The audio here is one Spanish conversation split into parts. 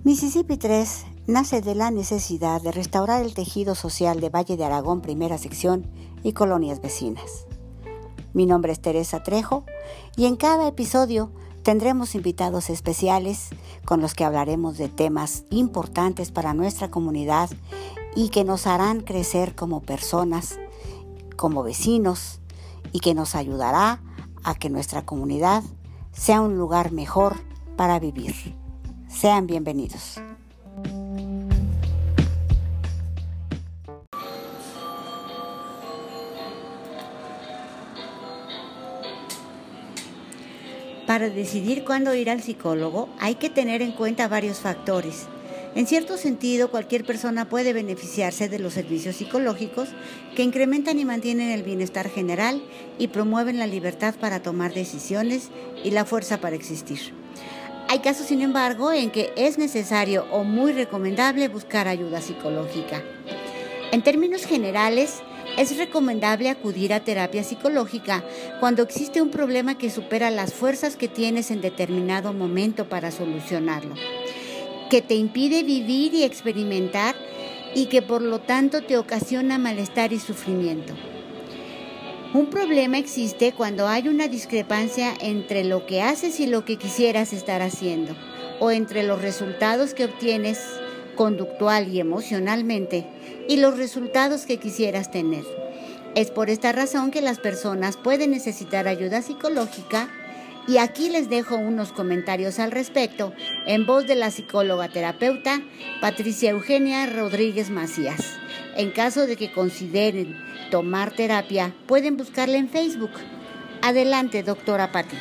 Mississippi 3 nace de la necesidad de restaurar el tejido social de Valle de Aragón, primera sección y colonias vecinas. Mi nombre es Teresa Trejo y en cada episodio tendremos invitados especiales con los que hablaremos de temas importantes para nuestra comunidad y que nos harán crecer como personas, como vecinos y que nos ayudará a que nuestra comunidad sea un lugar mejor para vivir. Sean bienvenidos. Para decidir cuándo ir al psicólogo hay que tener en cuenta varios factores. En cierto sentido, cualquier persona puede beneficiarse de los servicios psicológicos que incrementan y mantienen el bienestar general y promueven la libertad para tomar decisiones y la fuerza para existir. Hay casos, sin embargo, en que es necesario o muy recomendable buscar ayuda psicológica. En términos generales, es recomendable acudir a terapia psicológica cuando existe un problema que supera las fuerzas que tienes en determinado momento para solucionarlo, que te impide vivir y experimentar y que por lo tanto te ocasiona malestar y sufrimiento. Un problema existe cuando hay una discrepancia entre lo que haces y lo que quisieras estar haciendo, o entre los resultados que obtienes conductual y emocionalmente y los resultados que quisieras tener. Es por esta razón que las personas pueden necesitar ayuda psicológica y aquí les dejo unos comentarios al respecto en voz de la psicóloga terapeuta Patricia Eugenia Rodríguez Macías. En caso de que consideren tomar terapia, pueden buscarla en Facebook. Adelante, doctora Pati.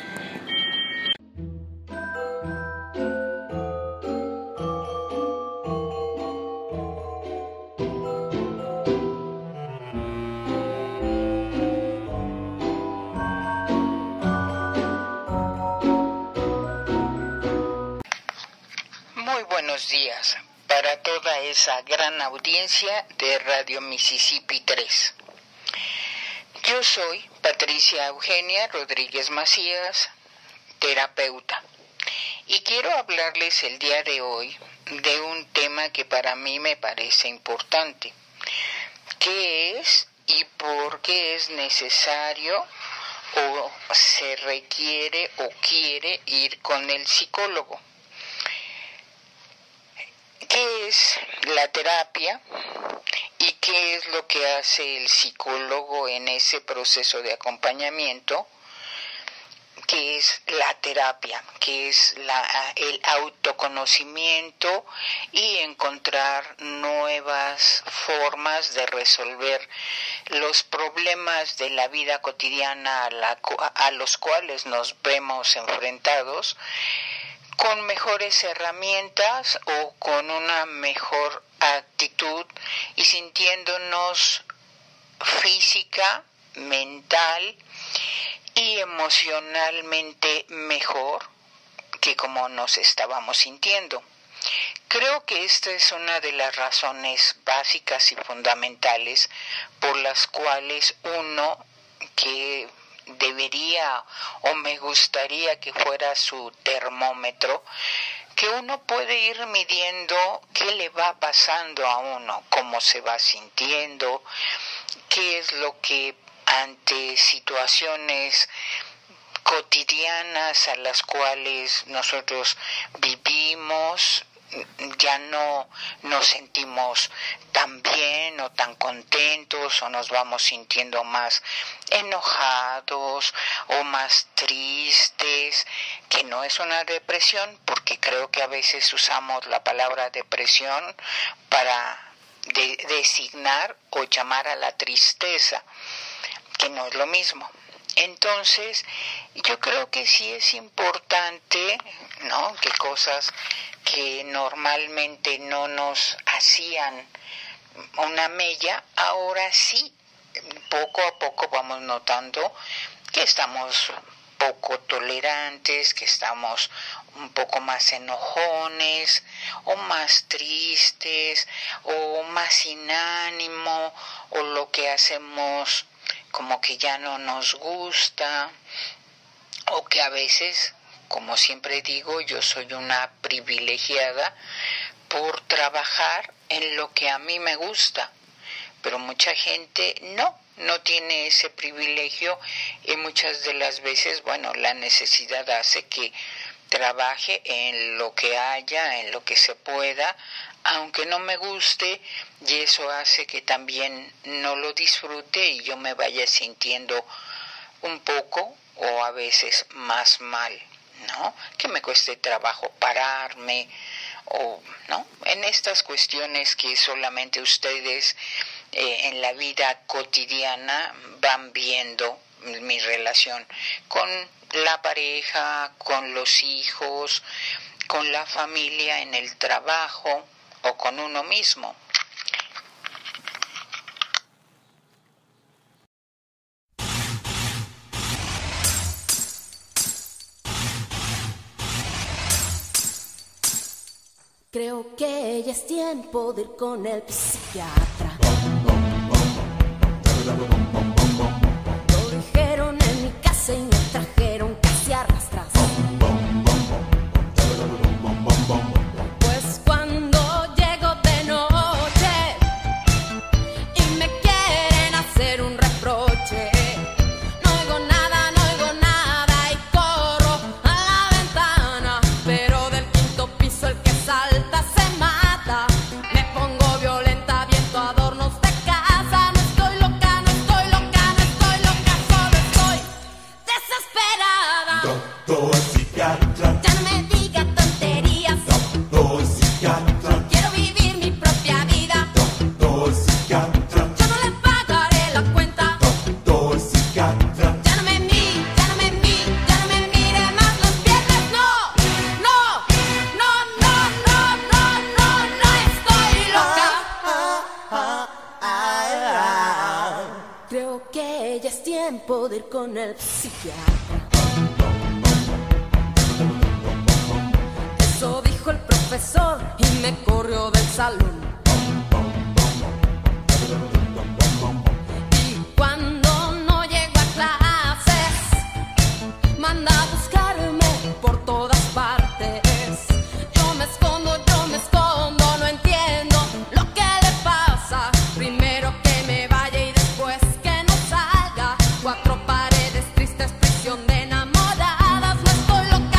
Muy buenos días para toda esa gran audiencia de Radio Mississippi 3. Yo soy Patricia Eugenia Rodríguez Macías, terapeuta, y quiero hablarles el día de hoy de un tema que para mí me parece importante. ¿Qué es y por qué es necesario o se requiere o quiere ir con el psicólogo? ¿Qué es la terapia y qué es lo que hace el psicólogo en ese proceso de acompañamiento? ¿Qué es la terapia? ¿Qué es el autoconocimiento y encontrar nuevas formas de resolver los problemas de la vida cotidiana a los cuales nos vemos enfrentados, con mejores herramientas o con una mejor actitud y sintiéndonos física, mental y emocionalmente mejor que como nos estábamos sintiendo? Creo que esta es una de las razones básicas y fundamentales por las cuales uno que debería o me gustaría que fuera su termómetro, que uno puede ir midiendo qué le va pasando a uno, cómo se va sintiendo, qué es lo que ante situaciones cotidianas a las cuales nosotros vivimos ya no nos sentimos tan bien o tan contentos o nos vamos sintiendo más enojados o más tristes, que no es una depresión, porque creo que a veces usamos la palabra depresión para designar o llamar a la tristeza, que no es lo mismo. Entonces, yo creo que sí es importante, ¿no?, que cosas que normalmente no nos hacían una mella, ahora sí, poco a poco vamos notando que estamos poco tolerantes, que estamos un poco más enojones, o más tristes, o más sin ánimo, o lo que hacemos como que ya no nos gusta, o que a veces como siempre digo, yo soy una privilegiada por trabajar en lo que a mí me gusta, pero mucha gente no tiene ese privilegio y muchas de las veces, bueno, la necesidad hace que trabaje en lo que haya, en lo que se pueda, aunque no me guste, y eso hace que también no lo disfrute y yo me vaya sintiendo un poco o a veces más mal, ¿no? Que me cueste trabajo pararme o, ¿no? En estas cuestiones que solamente ustedes en la vida cotidiana van viendo mi relación con la pareja, con los hijos, con la familia, en el trabajo o con uno mismo. Creo que ya es tiempo de ir con el psiquiatra. Lo dijeron en mi casa y me trajeron casi a rastras. Pues cuando llego de noche y me quieren hacer un reproche, no oigo nada y corro a la ventana, pero del quinto piso el que salta se mata. Me pongo violenta, viento adornos de casa. No estoy loca, solo estoy desesperada. Doctor psiquiatra, Ya no me diga tonterías. doctor psiquiatra, Quiero vivir mi propia vida. doctor psiquiatra, Yo no le pagaré la cuenta. doctor psiquiatra, Ya no me mire más los viernes. No estoy loca. Creo que ya es tiempo de ir con el psiquiatra. Eso dijo el profesor y me corrió del salón. Y cuando no llego a clases, manda a buscarme por todas partes. Yo me escondo, no entiendo lo que le pasa. Primero que me vaya y después que no salga. Cuatro paredes tristes, prisión de enamoradas. No estoy loca,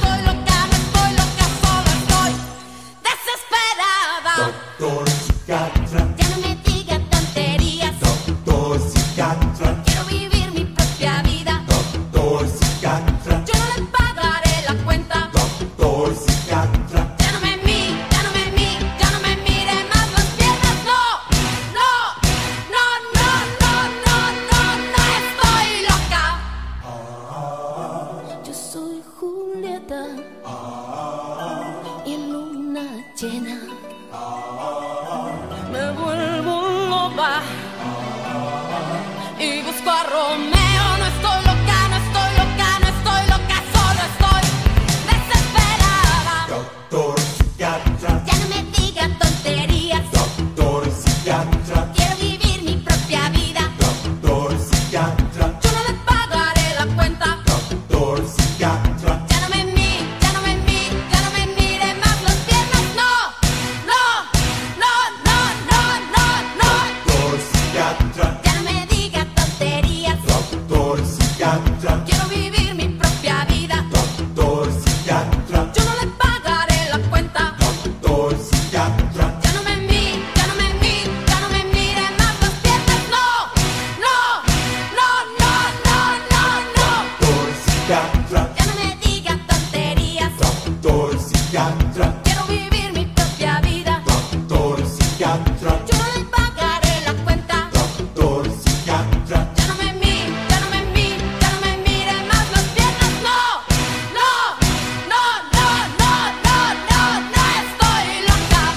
solo estoy desesperada. doctor psiquiatra, Ya no me diga tonterías. doctor psiquiatra, Quiero vivir mi propia vida. doctor psiquiatra, Yo no le pagaré la cuenta. doctor psiquiatra, Ya no me mire más las piernas. No estoy loca. Yo soy Julieta y en luna llena me vuelvo loca y busco a Romeo. No estoy loca, solo estoy desesperada. doctor psiquiatra, Ya no me diga tonterías. doctor psiquiatra, Quiero vivir mi propia vida. doctor psiquiatra, Yo no le pagaré la cuenta. doctor psiquiatra, Ya no me mire más las piernas. doctor psiquiatra, Ya no me diga tonterías. doctor psiquiatra, Quiero vivir mi propia vida. doctor psiquiatra, Yo no le pagaré la cuenta. doctor psiquiatra, Ya no me mire más las piernas. doctor psiquiatra, Ya no me diga tonterías. doctor psiquiatra, Quiero vivir mi propia vida. doctor psiquiatra, Yo no le pagaré la cuenta. doctor psiquiatra, Ya no me mire más las piernas. No estoy loca.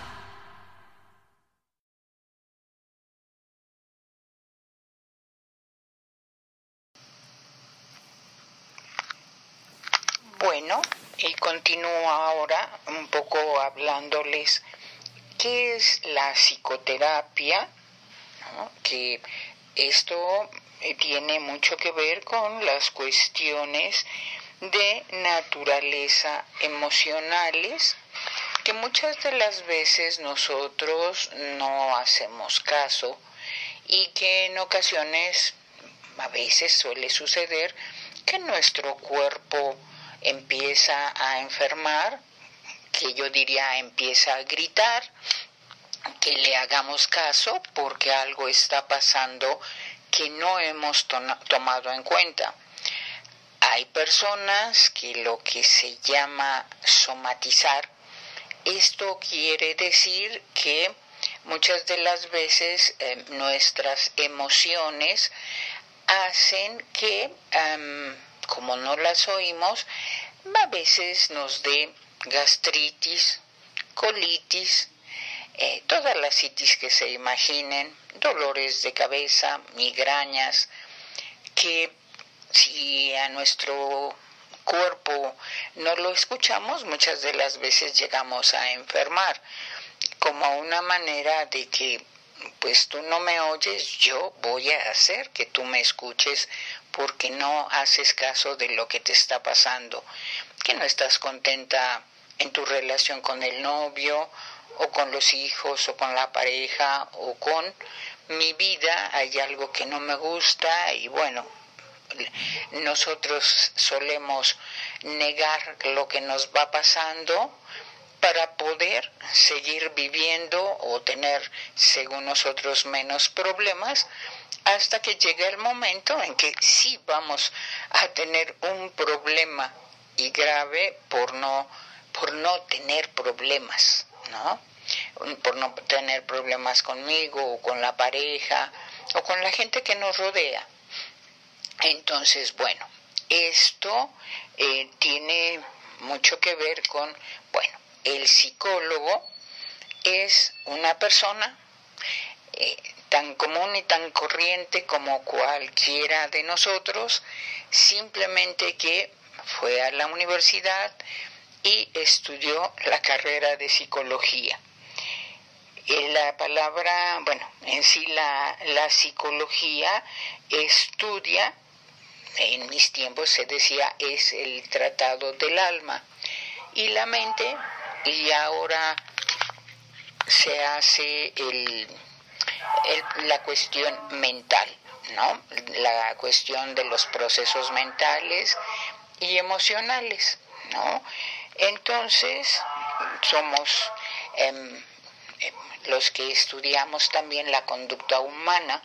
Bueno, y continúo ahora un poco hablándoles qué es la psicoterapia, ¿no? Que esto tiene mucho que ver con las cuestiones de naturaleza emocionales que muchas de las veces nosotros no hacemos caso y que en ocasiones, a veces suele suceder, que nuestro cuerpo empieza a enfermar, que yo diría empieza a gritar, que le hagamos caso porque algo está pasando que no hemos tomado en cuenta. Hay personas que lo que se llama somatizar, esto quiere decir que muchas de las veces nuestras emociones hacen que, como no las oímos, a veces nos dé gastritis, colitis, todas las itis que se imaginen, dolores de cabeza, migrañas, que si a nuestro cuerpo no lo escuchamos, muchas de las veces llegamos a enfermar, como una manera de que, pues tú no me oyes, yo voy a hacer que tú me escuches porque no haces caso de lo que te está pasando, que no estás contenta en tu relación con el novio, o con los hijos, o con la pareja, o con mi vida, hay algo que no me gusta, y bueno, nosotros solemos negar lo que nos va pasando para poder seguir viviendo o tener, según nosotros, menos problemas, hasta que llegue el momento en que sí vamos a tener un problema y grave por no tener problemas, ¿no? Por no tener problemas conmigo o con la pareja o con la gente que nos rodea. Entonces, bueno, esto tiene mucho que ver con, bueno, el psicólogo es una persona tan común y tan corriente como cualquiera de nosotros, simplemente que fue a la universidad y estudió la carrera de psicología. La palabra, bueno, en sí la psicología estudia, en mis tiempos se decía, es el tratado del alma y la mente, y ahora se hace la cuestión mental, ¿no? La cuestión de los procesos mentales y emocionales, ¿no? Entonces, somos los que estudiamos también la conducta humana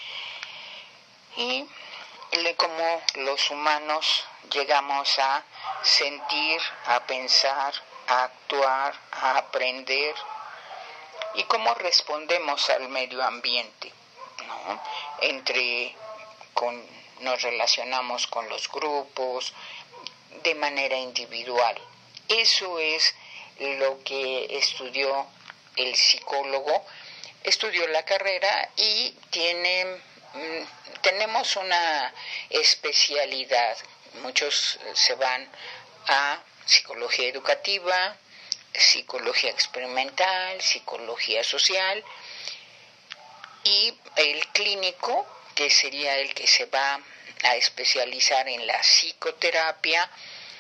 y cómo los humanos llegamos a sentir, a pensar, a actuar, a aprender y cómo respondemos al medio ambiente, ¿no? Nos relacionamos con los grupos de manera individual. Eso es lo que estudió el psicólogo, estudió la carrera y tenemos una especialidad. Muchos se van a psicología educativa, psicología experimental, psicología social, y el clínico, que sería el que se va a especializar en la psicoterapia,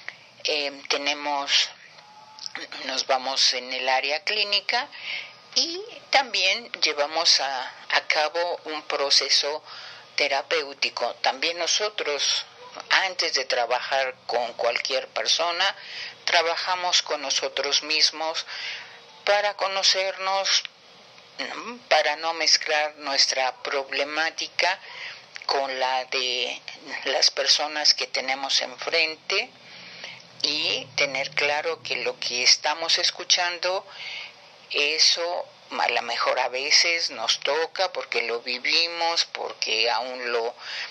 nos vamos en el área clínica y también llevamos a cabo un proceso terapéutico. También nosotros, antes de trabajar con cualquier persona, trabajamos con nosotros mismos para conocernos, para no mezclar nuestra problemática con la de las personas que tenemos enfrente y tener claro que lo que estamos escuchando, eso a lo mejor a veces nos toca porque lo vivimos, porque aún lo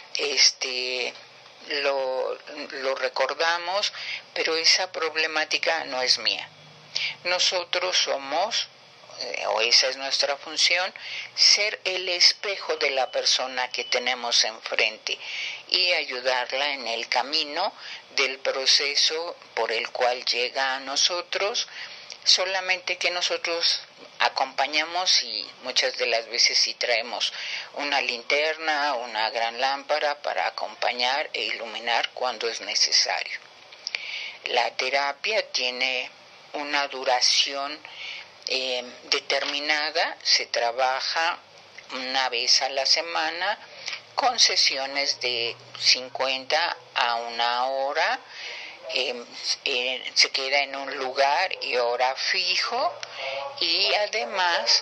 recordamos, pero esa problemática no es mía. Nosotros somos, o esa es nuestra función, ser el espejo de la persona que tenemos enfrente y ayudarla en el camino del proceso por el cual llega a nosotros, solamente que nosotros acompañamos y muchas de las veces sí traemos una linterna, una gran lámpara para acompañar e iluminar cuando es necesario. La terapia tiene una duración determinada, se trabaja una vez a la semana con sesiones de 50 a una hora. Se queda en un lugar y hora fijo, y además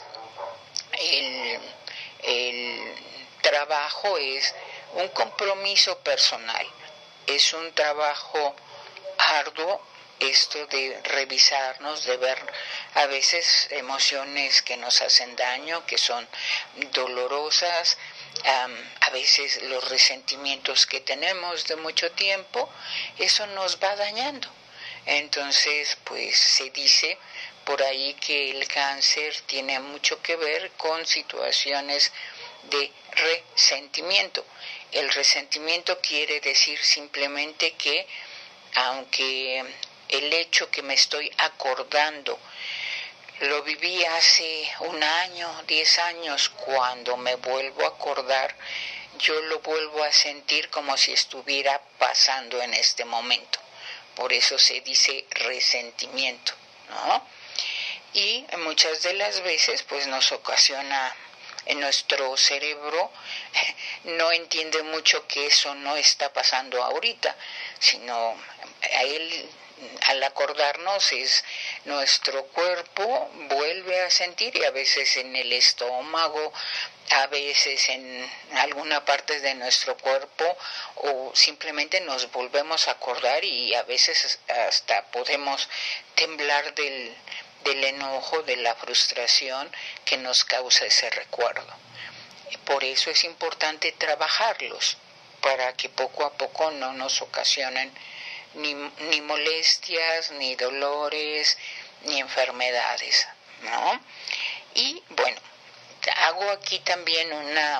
el trabajo es un compromiso personal, es un trabajo arduo, esto de revisarnos, de ver a veces emociones que nos hacen daño, que son dolorosas, a veces los resentimientos que tenemos de mucho tiempo, eso nos va dañando. Entonces, pues se dice por ahí que el cáncer tiene mucho que ver con situaciones de resentimiento. El resentimiento quiere decir simplemente que, aunque el hecho que me estoy acordando lo viví hace 1 año, 10 años, cuando me vuelvo a acordar, yo lo vuelvo a sentir como si estuviera pasando en este momento. Por eso se dice resentimiento, ¿no? Y muchas de las veces pues nos ocasiona, en nuestro cerebro no entiende mucho que eso no está pasando ahorita, sino al acordarnos nuestro cuerpo vuelve a sentir, y a veces en el estómago, a veces en alguna parte de nuestro cuerpo, o simplemente nos volvemos a acordar, y a veces hasta podemos temblar del enojo, de la frustración que nos causa ese recuerdo. Por eso es importante trabajarlos, para que poco a poco no nos ocasionen ni molestias, ni dolores, ni enfermedades, ¿no? Y bueno, hago aquí también una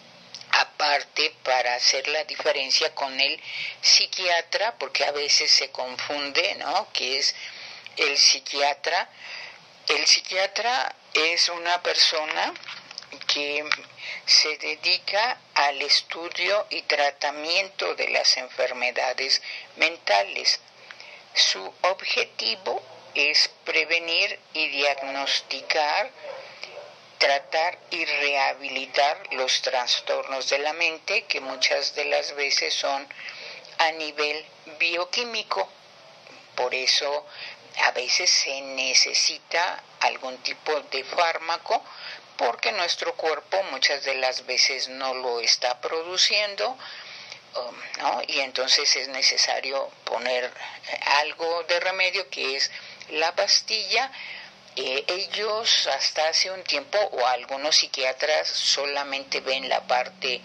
aparte para hacer la diferencia con el psiquiatra, porque a veces se confunde, ¿no?, que es el psiquiatra. El psiquiatra es una persona que se dedica al estudio y tratamiento de las enfermedades mentales. Su objetivo es prevenir y diagnosticar, tratar y rehabilitar los trastornos de la mente, que muchas de las veces son a nivel bioquímico. Por eso a veces se necesita algún tipo de fármaco, porque nuestro cuerpo muchas de las veces no lo está produciendo, ¿no? Y entonces es necesario poner algo de remedio, que es la pastilla. Ellos hasta hace un tiempo, o algunos psiquiatras, solamente ven la parte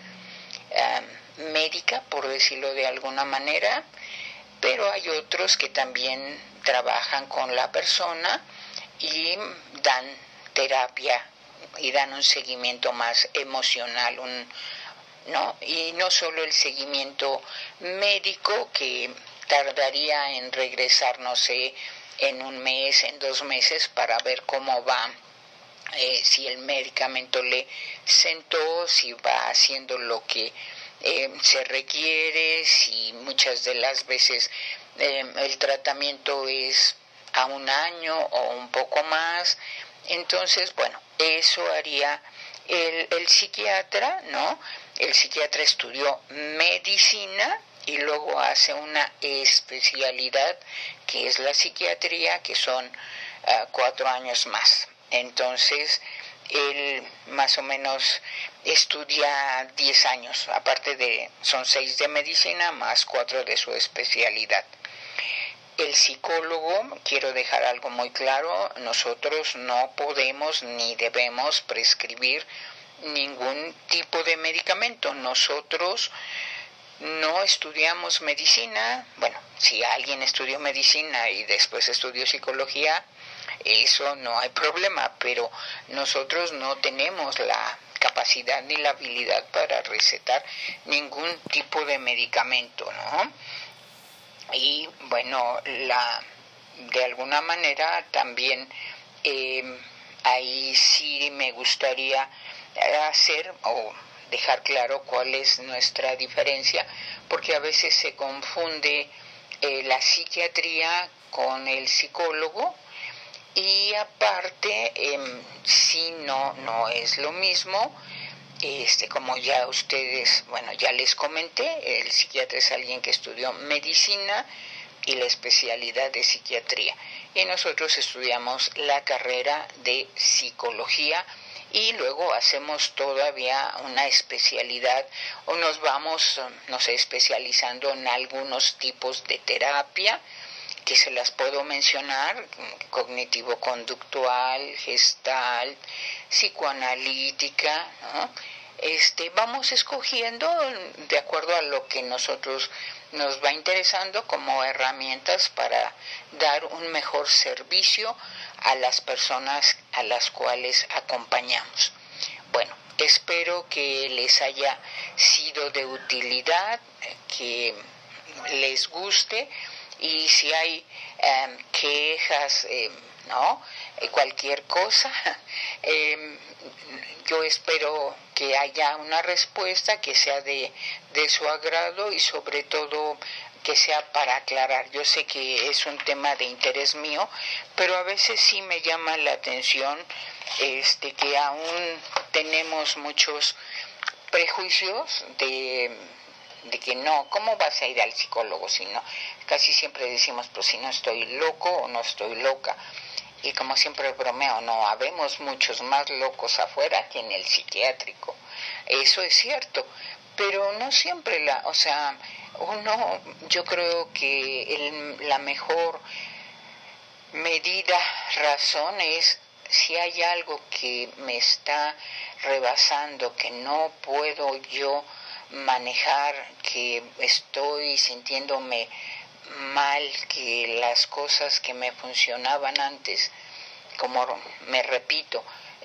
médica, por decirlo de alguna manera, pero hay otros que también trabajan con la persona y dan terapia y dan un seguimiento más emocional, ¿no? Y no solo el seguimiento médico, que tardaría en regresar, no sé, en 1 mes, en 2 meses, para ver cómo va, si el medicamento le sentó, si va haciendo lo que se requiere, si muchas de las veces el tratamiento es a 1 año o un poco más. Entonces, bueno, eso haría el psiquiatra, ¿no? El psiquiatra estudió medicina y luego hace una especialidad, que es la psiquiatría, que son 4 años más. Entonces, él más o menos estudia 10 años, son 6 de medicina más 4 de su especialidad. El psicólogo, quiero dejar algo muy claro, nosotros no podemos ni debemos prescribir ningún tipo de medicamento. Nosotros no estudiamos medicina. Bueno, si alguien estudió medicina y después estudió psicología, eso no hay problema, pero nosotros no tenemos la capacidad ni la habilidad para recetar ningún tipo de medicamento, ¿no? Y bueno, de alguna manera también ahí sí me gustaría hacer o dejar claro cuál es nuestra diferencia, porque a veces se confunde la psiquiatría con el psicólogo. Y aparte, sí, no es lo mismo, como ya ustedes, bueno, ya les comenté, el psiquiatra es alguien que estudió medicina y la especialidad de psiquiatría. Y nosotros estudiamos la carrera de psicología y luego hacemos todavía una especialidad o nos vamos, no sé, especializando en algunos tipos de terapia, que se las puedo mencionar: cognitivo-conductual, gestal, psicoanalítica, ¿no? Vamos escogiendo de acuerdo a lo que nosotros nos va interesando como herramientas para dar un mejor servicio a las personas a las cuales acompañamos. Bueno, espero que les haya sido de utilidad, que les guste. Y si hay quejas, ¿no? Cualquier cosa, yo espero que haya una respuesta que sea de su agrado y sobre todo que sea para aclarar. Yo sé que es un tema de interés mío, pero a veces sí me llama la atención que aún tenemos muchos prejuicios de que no, ¿cómo vas a ir al psicólogo si no? Casi siempre decimos, pues si no estoy loco o no estoy loca. Y como siempre bromeo, no, habemos muchos más locos afuera que en el psiquiátrico. Eso es cierto, pero no siempre yo creo que la mejor medida, razón es si hay algo que me está rebasando, que no puedo yo manejar, que estoy sintiéndome mal, que las cosas que me funcionaban antes, como me repito,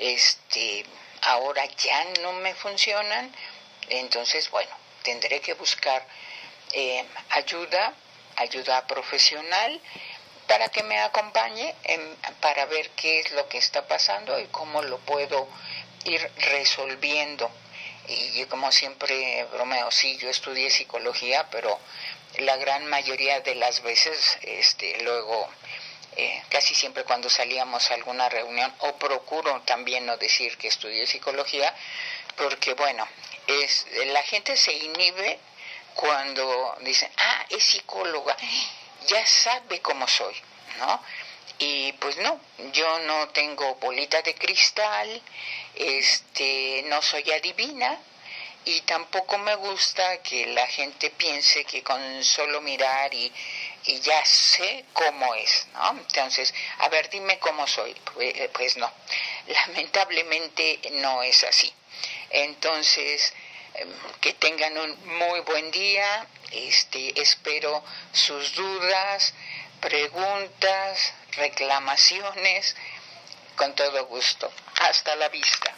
ahora ya no me funcionan. Entonces, bueno, tendré que buscar ayuda profesional para que me acompañe para ver qué es lo que está pasando y cómo lo puedo ir resolviendo. Y yo, como siempre bromeo, sí, yo estudié psicología, pero la gran mayoría de las veces, luego, casi siempre cuando salíamos a alguna reunión, o procuro también no decir que estudié psicología, porque bueno, la gente se inhibe cuando dicen, es psicóloga, ya sabe cómo soy, ¿no? Y pues no, yo no tengo bolita de cristal, no soy adivina, y tampoco me gusta que la gente piense que con solo mirar y ya sé cómo es, ¿no? Entonces, a ver, dime cómo soy. Pues no, lamentablemente no es así. Entonces, que tengan un muy buen día, espero sus dudas, preguntas, reclamaciones, con todo gusto. Hasta la vista.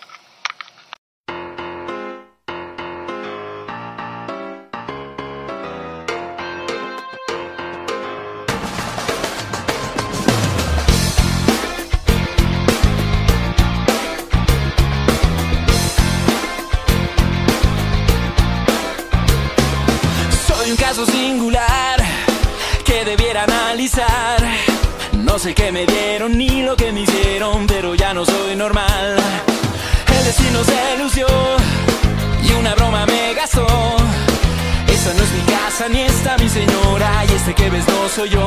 Soy un caso singular que debiera analizar. No sé qué me dieron ni lo que me hicieron, pero ya no soy normal. El destino se lució y una broma me gastó. Esta no es mi casa ni esta mi señora, y este que ves no soy yo.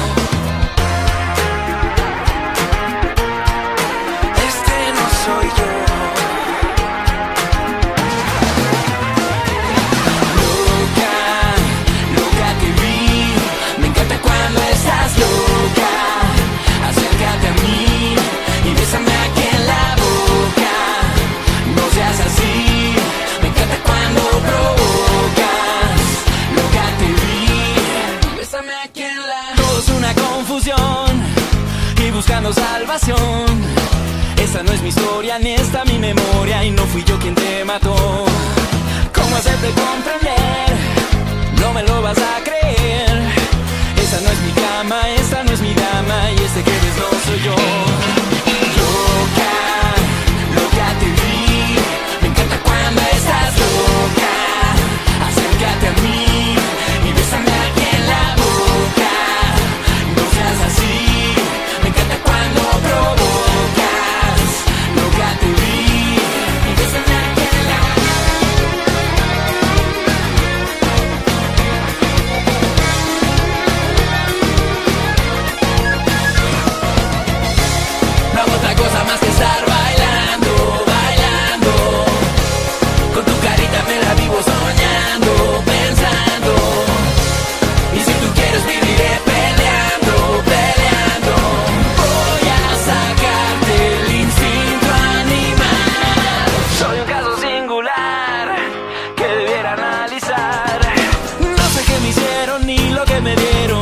Este no soy yo. Buscando salvación. Esta no es mi historia ni esta mi memoria, y no fui yo quien te mató. ¿Cómo hacerte comprender? No me lo vas a creer. Esta no es mi cama, esta no es mi dama, y este que ves no soy yo. Loca, loca te vi. Me encanta cuando estás loca. Acércate a mí y bésame aquí en la boca. lo que me dieron.